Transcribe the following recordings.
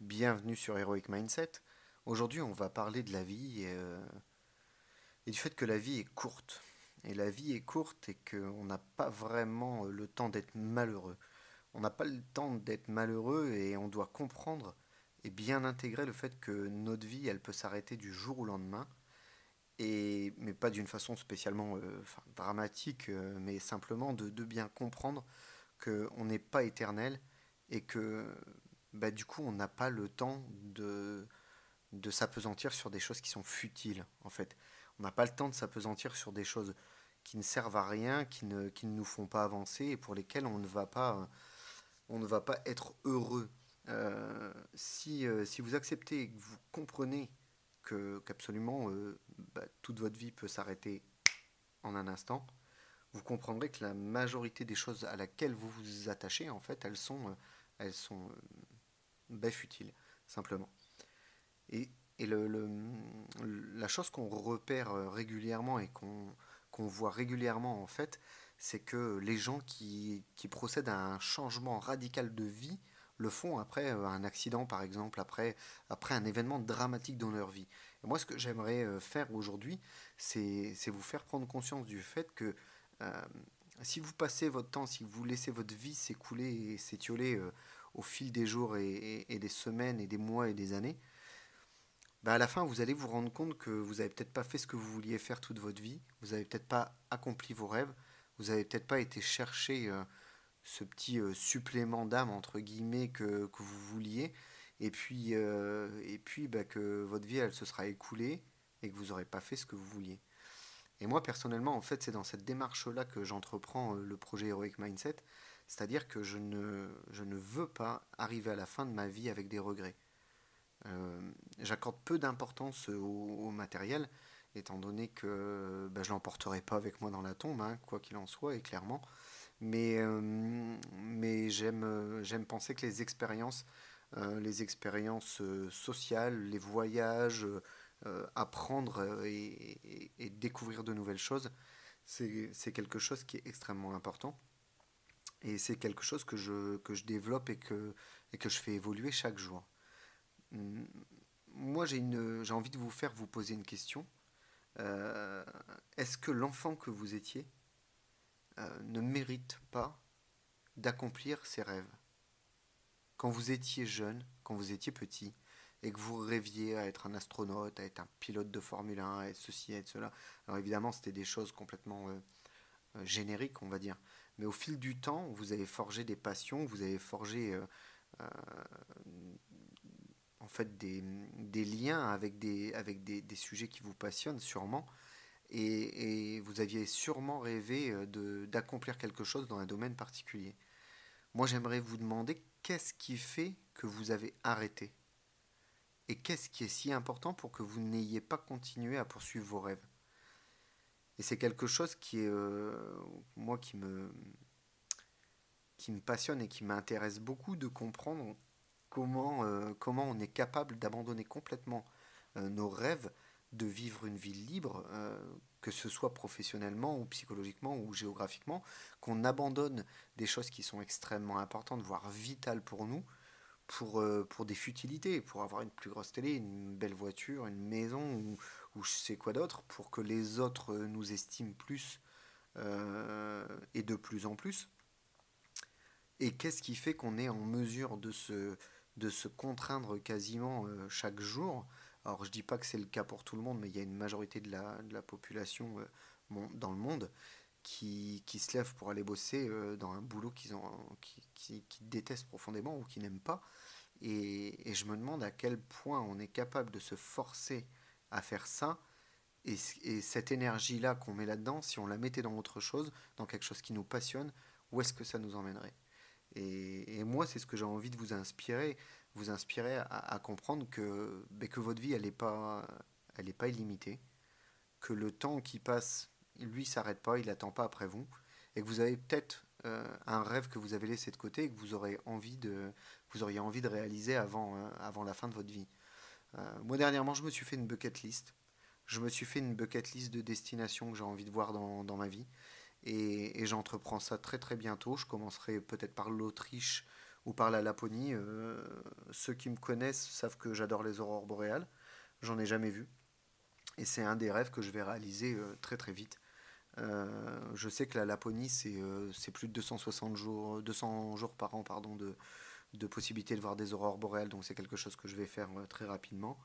Bienvenue sur Heroic Mindset. Aujourd'hui, on va parler de la vie et du fait que la vie est courte. Et la vie est courte et qu'on n'a pas vraiment le temps d'être malheureux. On n'a pas le temps d'être malheureux et on doit comprendre et bien intégrer le fait que notre vie, elle peut s'arrêter du jour au lendemain. Mais pas d'une façon spécialement dramatique, mais simplement de bien comprendre qu'on n'est pas éternel et que du coup on n'a pas le temps de s'apesantir sur des choses qui sont futiles, en fait. On n'a pas le temps de s'apesantir sur des choses qui ne servent à rien, qui ne nous font pas avancer et pour lesquelles on ne va pas être heureux. Si vous acceptez et que vous comprenez qu'absolument toute votre vie peut s'arrêter en un instant, vous comprendrez que la majorité des choses à laquelle vous vous attachez, en fait, elles sont futiles, simplement. Et, et la chose qu'on repère régulièrement et qu'on voit régulièrement, en fait, c'est que les gens qui procèdent à un changement radical de vie le font après un accident, par exemple, après un événement dramatique dans leur vie. Et moi, ce que j'aimerais faire aujourd'hui, c'est vous faire prendre conscience du fait que euh, si vous passez votre temps, si vous laissez votre vie s'écouler et s'étioler au fil des jours et des semaines et des mois et des années, à la fin, vous allez vous rendre compte que vous n'avez peut-être pas fait ce que vous vouliez faire toute votre vie, vous n'avez peut-être pas accompli vos rêves, vous n'avez peut-être pas été chercher ce petit supplément d'âme, entre guillemets, que vous vouliez, et puis que votre vie, elle se sera écoulée et que vous n'aurez pas fait ce que vous vouliez. Et moi, personnellement, en fait, c'est dans cette démarche-là que j'entreprends le projet Heroic Mindset, c'est-à-dire que je ne veux pas arriver à la fin de ma vie avec des regrets. J'accorde peu d'importance au matériel, étant donné que je ne l'emporterai pas avec moi dans la tombe, hein, quoi qu'il en soit, et clairement. Mais j'aime penser que les expériences sociales, les voyages, apprendre et découvrir de nouvelles choses, c'est quelque chose qui est extrêmement important. Et c'est quelque chose que je développe et que je fais évoluer chaque jour. Hum, Moi, j'ai envie de vous faire vous poser une question. Euh, Est-ce que l'enfant que vous étiez ne mérite pas d'accomplir ses rêves? Quand vous étiez jeune, quand vous étiez petit, et que vous rêviez à être un astronaute, à être un pilote de Formule 1, à être ceci, à être cela. Alors évidemment, c'était des choses complètement génériques, on va dire. Mais au fil du temps, vous avez forgé des passions, vous avez forgé euh, en fait des liens avec des sujets qui vous passionnent sûrement. Et vous aviez sûrement rêvé d'accomplir quelque chose dans un domaine particulier. Moi, j'aimerais vous demander qu'est-ce qui fait que vous avez arrêté et qu'est-ce qui est si important pour que vous n'ayez pas continué à poursuivre vos rêves. Et c'est quelque chose qui est, moi, qui me passionne et qui m'intéresse beaucoup de comprendre comment on est capable d'abandonner complètement nos rêves, de vivre une vie libre, que ce soit professionnellement ou psychologiquement ou géographiquement, qu'on abandonne des choses qui sont extrêmement importantes, voire vitales pour nous, pour des futilités, pour avoir une plus grosse télé, une belle voiture, une maison ou je sais quoi d'autre, pour que les autres nous estiment plus et de plus en plus. Et qu'est-ce qui fait qu'on est en mesure de se contraindre quasiment chaque jour? Alors je dis pas que c'est le cas pour tout le monde, mais il y a une majorité de la population dans le monde qui se lève pour aller bosser dans un boulot qu'ils détestent profondément ou qu'ils n'aiment pas. Et je me demande à quel point on est capable de se forcer à faire ça. Et cette énergie-là qu'on met là-dedans, si on la mettait dans autre chose, dans quelque chose qui nous passionne, où est-ce que ça nous emmènerait? Et moi, c'est ce que j'ai envie de vous inspirer à comprendre que votre vie, elle est pas illimitée, que le temps qui passe, lui, s'arrête pas, il n'attend pas après vous, et que vous avez peut-être un rêve que vous avez laissé de côté et que vous auriez envie de réaliser avant la fin de votre vie. Moi, dernièrement, je me suis fait une bucket list. Je me suis fait une bucket list de destinations que j'ai envie de voir dans ma vie. Et j'entreprends ça très très bientôt. Je commencerai peut-être par l'Autriche ou par la Laponie. Ceux qui me connaissent savent que j'adore les aurores boréales. J'en ai jamais vu. Et c'est un des rêves que je vais réaliser très très vite. Je sais que la Laponie, c'est plus de 260 jours, 200 jours par an pardon, de possibilité de voir des aurores boréales, donc c'est quelque chose que je vais faire très rapidement.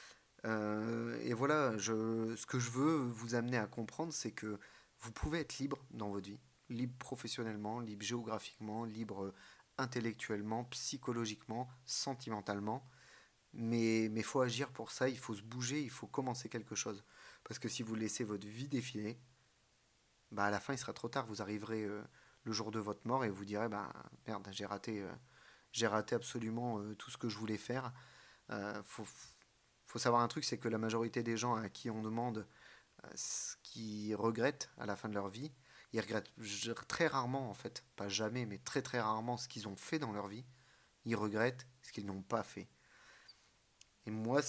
Et voilà, ce que je veux vous amener à comprendre, c'est que vous pouvez être libre dans votre vie, libre professionnellement, libre géographiquement, libre intellectuellement, psychologiquement, sentimentalement, mais il faut agir pour ça, il faut se bouger, il faut commencer quelque chose. Parce que si vous laissez votre vie défiler, bah à la fin il sera trop tard, vous arriverez le jour de votre mort et vous direz bah merde, j'ai raté absolument tout ce que je voulais faire. Faut, faut savoir un truc, c'est que la majorité des gens à qui on demande ce qu'ils regrettent à la fin de leur vie, ils regrettent très rarement en fait, pas jamais, mais très très rarement ce qu'ils ont fait dans leur vie. Ils regrettent ce qu'ils n'ont pas fait. Et moi,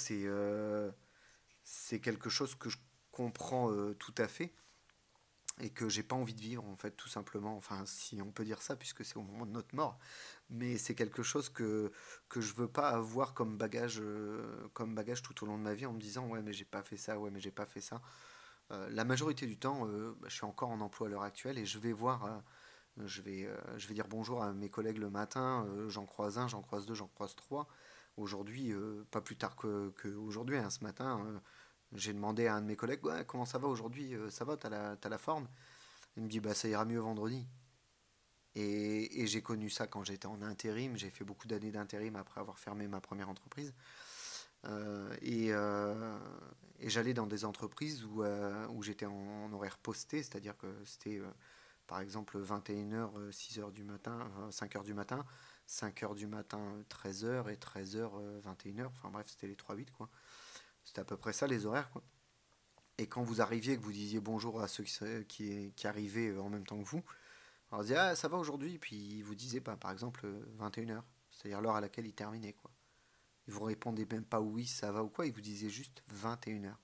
c'est quelque chose que je comprends tout à fait et que j'ai pas envie de vivre en fait tout simplement, enfin si on peut dire ça puisque c'est au moment de notre mort, mais c'est quelque chose que je veux pas avoir comme bagage tout au long de ma vie en me disant ouais mais j'ai pas fait ça, ouais mais j'ai pas fait ça. La majorité du temps bah, je suis encore en emploi à l'heure actuelle et je vais voir je vais dire bonjour à mes collègues le matin, j'en croise un, j'en croise deux, j'en croise trois. Aujourd'hui, pas plus tard qu'aujourd'hui, hein, ce matin, j'ai demandé à un de mes collègues ouais, comment ça va aujourd'hui, ça va, t'as la forme. Il me dit bah ça ira mieux vendredi. Et j'ai connu ça quand j'étais en intérim, j'ai fait beaucoup d'années d'intérim après avoir fermé ma première entreprise. Euh, et euh, et j'allais dans des entreprises où j'étais en horaire posté, c'est-à-dire que c'était par exemple 21h, 6h du matin, 5h du matin, 5h du matin, 13h et 13h, 21h, enfin bref, c'était les 3-8 quoi. C'était à peu près ça les horaires quoi. Et quand vous arriviez, que vous disiez bonjour à ceux qui arrivaient en même temps que vous, alors vous disiez ah ça va aujourd'hui, puis ils vous disaient bah, par exemple 21h, c'est-à-dire l'heure à laquelle ils terminaient quoi. Ils vous répondaient même pas oui ça va ou quoi, ils vous disaient juste 21h.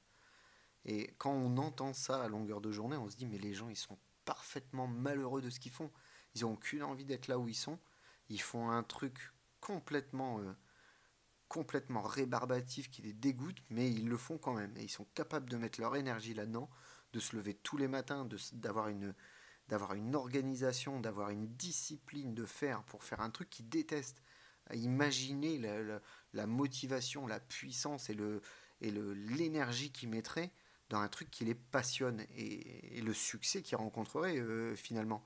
Et quand on entend ça à longueur de journée, on se dit mais les gens ils sont parfaitement malheureux de ce qu'ils font. Ils n'ont aucune envie d'être là où ils sont. Ils font un truc complètement, complètement rébarbatif qui les dégoûte, mais ils le font quand même. Et ils sont capables de mettre leur énergie là-dedans, de se lever tous les matins, d'avoir une organisation, d'avoir une discipline de faire pour faire un truc qu'ils détestent. Imaginez la motivation, la puissance l'énergie qu'ils mettraient dans un truc qui les passionne et le succès qu'ils rencontreraient finalement.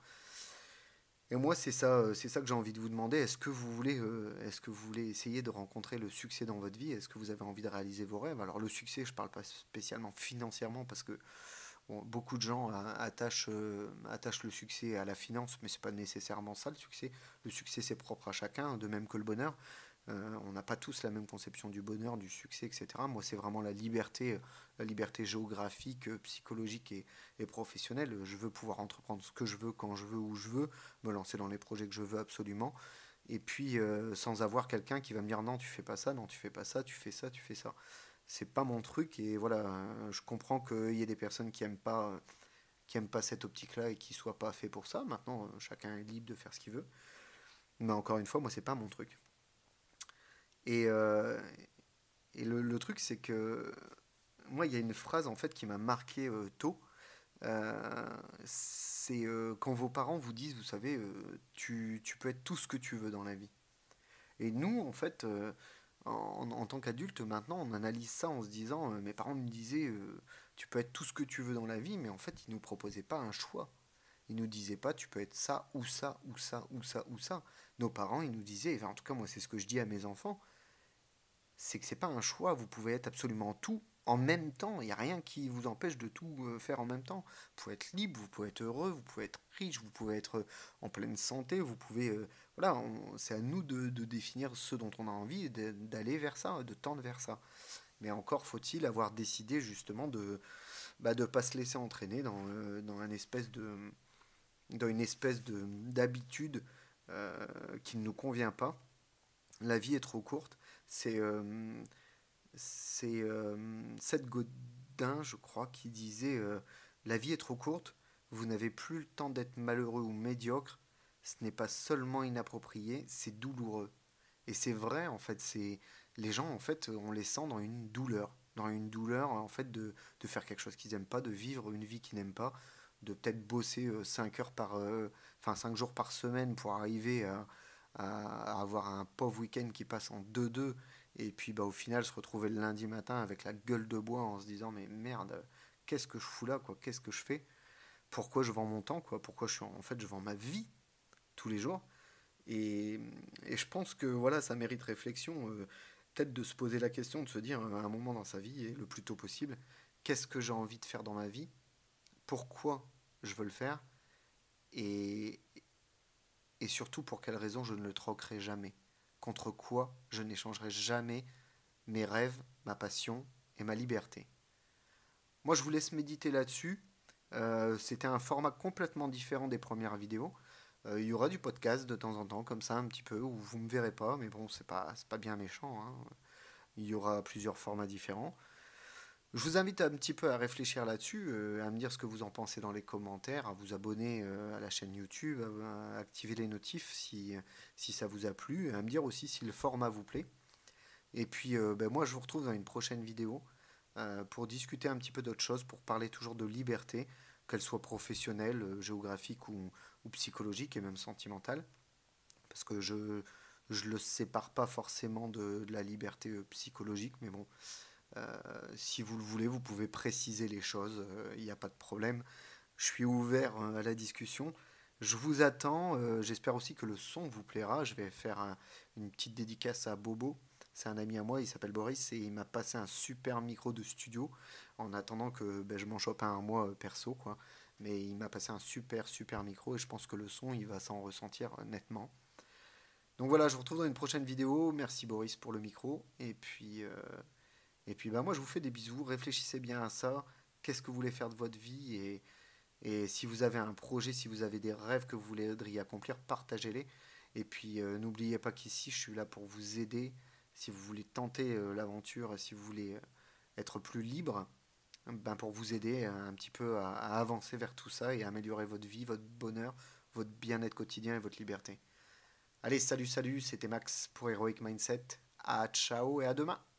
Et moi, c'est ça que j'ai envie de vous demander. Est-ce que vous voulez essayer de rencontrer le succès dans votre vie? Est-ce que vous avez envie de réaliser vos rêves? Alors le succès, je ne parle pas spécialement financièrement parce que bon, beaucoup de gens attachent le succès à la finance, mais c'est pas nécessairement ça le succès. Le succès, c'est propre à chacun, de même que le bonheur. On n'a pas tous la même conception du bonheur, du succès, etc. Moi, c'est vraiment la liberté géographique, psychologique et professionnelle. Je veux pouvoir entreprendre ce que je veux, quand je veux, où je veux, me lancer dans les projets que je veux absolument. Et puis, sans avoir quelqu'un qui va me dire non, tu fais pas ça, non, tu fais pas ça, tu fais ça, tu fais ça. C'est pas mon truc. Et voilà, je comprends qu'il y ait des personnes qui aiment pas cette optique-là et qui soient pas fait pour ça. Maintenant, chacun est libre de faire ce qu'il veut. Mais encore une fois, moi, c'est pas mon truc. Et, euh, et le truc, c'est que moi, il y a une phrase en fait qui m'a marqué tôt. C'est quand vos parents vous disent, vous savez, tu peux être tout ce que tu veux dans la vie. Et nous, en fait, en tant qu'adultes, maintenant, on analyse ça en se disant, mes parents me disaient, tu peux être tout ce que tu veux dans la vie, mais en fait, ils ne nous proposaient pas un choix. Ils nous disaient pas, tu peux être ça, ou ça, ou ça, ou ça, ou ça. Nos parents, ils nous disaient, enfin, en tout cas, moi, c'est ce que je dis à mes enfants, c'est que c'est pas un choix, vous pouvez être absolument tout en même temps, il n'y a rien qui vous empêche de tout faire en même temps. Vous pouvez être libre, vous pouvez être heureux, vous pouvez être riche, vous pouvez être en pleine santé, vous pouvez... voilà, c'est à nous de définir ce dont on a envie et d'aller vers ça, de tendre vers ça. Mais encore faut-il avoir décidé justement de pas se laisser entraîner dans dans une espèce d'habitude qui ne nous convient pas. La vie est trop courte. C'est Seth Godin, je crois, qui disait la vie est trop courte, vous n'avez plus le temps d'être malheureux ou médiocre, ce n'est pas seulement inapproprié, c'est douloureux. Et c'est vrai, en fait, c'est les gens, en fait, on les sent dans une douleur, en fait, de faire quelque chose qu'ils n'aiment pas, de vivre une vie qu'ils n'aiment pas, de peut-être bosser 5 heures enfin 5 jours par semaine pour arriver à avoir un pauvre week-end qui passe en 2-2, et puis bah, au final se retrouver le lundi matin avec la gueule de bois en se disant mais merde, qu'est-ce que je fous là, quoi, qu'est-ce que je fais, pourquoi je vends mon temps, quoi, pourquoi en fait je vends ma vie tous les jours. Et, et je pense que voilà, ça mérite réflexion, peut-être de se poser la question, de se dire à un moment dans sa vie, et le plus tôt possible, qu'est-ce que j'ai envie de faire dans ma vie, pourquoi je veux le faire, et, et surtout pour quelle raison je ne le troquerai jamais, contre quoi je n'échangerai jamais mes rêves, ma passion et ma liberté. Moi, je vous laisse méditer là-dessus. C'était un format complètement différent des premières vidéos. Il y aura du podcast de temps en temps, comme ça, un petit peu, où vous ne me verrez pas, mais bon, c'est pas bien méchant, hein. Il y aura plusieurs formats différents. Je vous invite un petit peu à réfléchir là-dessus, à me dire ce que vous en pensez dans les commentaires, à vous abonner à la chaîne YouTube, à activer les notifs si ça vous a plu, et à me dire aussi si le format vous plaît. Et puis, ben, moi, je vous retrouve dans une prochaine vidéo pour discuter un petit peu d'autre chose, pour parler toujours de liberté, qu'elle soit professionnelle, géographique ou psychologique et même sentimentale. Parce que je ne le sépare pas forcément de la liberté psychologique, mais bon, si vous le voulez, vous pouvez préciser les choses, il n'y a pas de problème. Je suis ouvert à la discussion. Je vous attends. J'espère aussi que le son vous plaira. Je vais faire une petite dédicace à Bobo. C'est un ami à moi, il s'appelle Boris et il m'a passé un super micro de studio en attendant que ben, je m'en chope un moi perso, quoi. Mais il m'a passé un super micro et je pense que le son il va s'en ressentir nettement. Donc voilà, je vous retrouve dans une prochaine vidéo. Merci Boris pour le micro. Et puis bah, moi je vous fais des bisous. Réfléchissez bien à ça. Qu'est-ce que vous voulez faire de votre vie et si vous avez un projet, si vous avez des rêves que vous voudriez accomplir, partagez-les. Et puis n'oubliez pas qu'ici, je suis là pour vous aider. Si vous voulez tenter l'aventure, si vous voulez être plus libre, ben pour vous aider un petit peu à avancer vers tout ça et à améliorer votre vie, votre bonheur, votre bien-être quotidien et votre liberté. Allez, salut, c'était Max pour Heroic Mindset. À ciao et à demain.